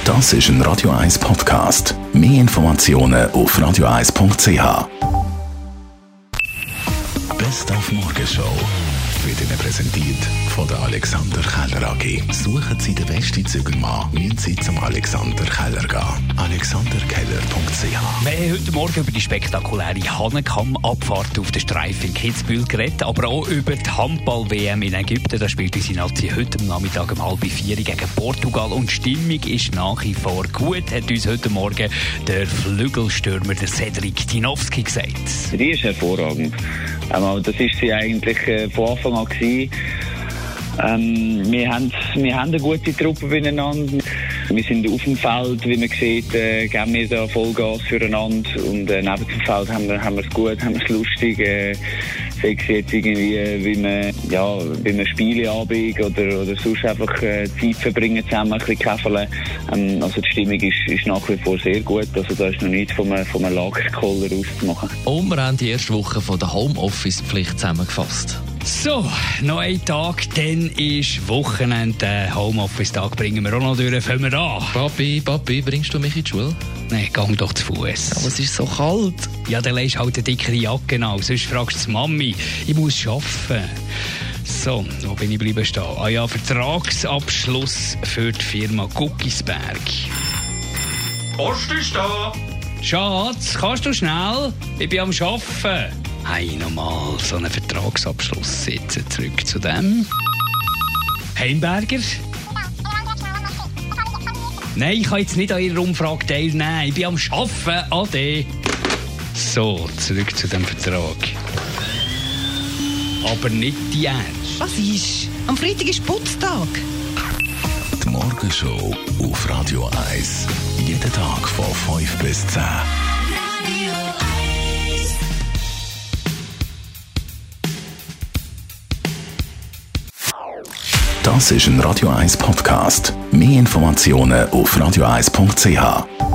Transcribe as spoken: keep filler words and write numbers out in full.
Das ist ein Radio eins Podcast. Mehr Informationen auf radio eins punkt c h. Best auf Morgenshow wird Ihnen präsentiert von der Alexander Keller A G. Suchen Sie den besten Zügelmann, müssen Sie zum Alexander Keller gehen. alexander keller punkt c h. Wir haben heute Morgen über die spektakuläre Hahnenkamm-Abfahrt auf der Streife in Kitzbühel geredet, aber auch über die Handball-W M in Ägypten. Da spielt unsere Nazi heute am Nachmittag um halb vier gegen Portugal. Und die Stimmung ist nach wie vor gut, hat uns heute Morgen der Flügelstürmer der Cedric Dinowski gesagt. Die ist hervorragend. Ähm, das ist sie eigentlich äh, von Anfang an gewesen. Ähm, wir, haben, wir haben eine gute Truppe beieinander. Wir sind auf dem Feld, wie man sieht, äh, geben wir da Vollgas füreinander. Und äh, neben dem Feld haben wir, haben wir es gut, haben wir es lustig. Äh, sei es jetzt irgendwie, wie man, ja, wie man Spiele anbiegt oder, oder sonst einfach äh, Zeit verbringen zusammen, ein bisschen käferle. Ähm, also die Stimmung ist, ist nach wie vor sehr gut. Also da ist noch nichts von einem, von einem Lagerkoller auszumachen. Und wir haben die erste Woche von der Homeoffice-Pflicht zusammengefasst. So, noch ein Tag, dann ist Wochenende. Homeoffice-Tag bringen wir auch noch durch. Fangen wir an. Papi, Papi, bringst du mich in die Schule? Nein, gang doch zu Fuß. Aber es ist so kalt. Ja, dann legst du halt eine dickere Jacke an. Sonst fragst du die Mami. Ich muss arbeiten. So, wo bin ich bleiben stehen? Ah ja, Vertragsabschluss für die Firma Guckisberg. Post ist da. Schatz, kannst du schnell? Ich bin am Arbeiten. Hey, nochmal so einen Vertragsabschluss sitzen. Zurück zu dem. Heimberger? Nein, ich kann jetzt nicht an Ihrer Umfrage teilnehmen. Ich bin am Arbeiten. Ade. So, zurück zu dem Vertrag. Aber nicht die Ernst. Was ist? Am Freitag ist Putztag. Die Morgenshow auf Radio eins. Jeden Tag von fünf bis zehn. Das ist ein Radio eins Podcast. Mehr Informationen auf radio eins punkt c h.